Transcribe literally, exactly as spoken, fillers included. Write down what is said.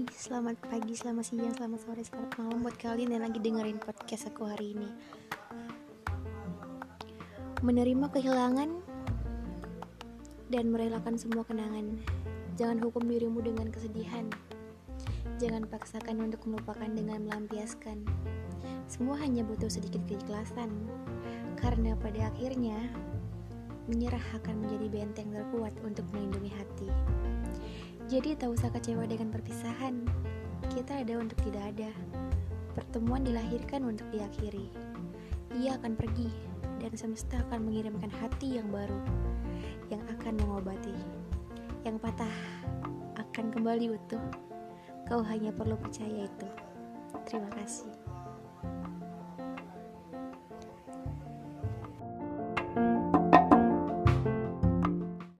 selamat pagi, selamat siang, selamat sore, selamat malam buat kalian yang lagi dengerin podcast aku hari ini. Menerima kehilangan dan merelakan semua kenangan. Jangan hukum dirimu dengan kesedihan. Jangan paksakan untuk melupakan dengan melampiaskan. Semua hanya butuh sedikit keikhlasan. Karena pada akhirnya menyerah akan menjadi benteng terkuat untuk melindungi hati. Jadi tak usah kecewa dengan perpisahan. Kita ada untuk tidak ada. Pertemuan dilahirkan untuk diakhiri. Ia akan pergi dan semesta akan mengirimkan hati yang baru, yang akan mengobati. Yang patah akan kembali utuh. Kau hanya perlu percaya itu. Terima kasih.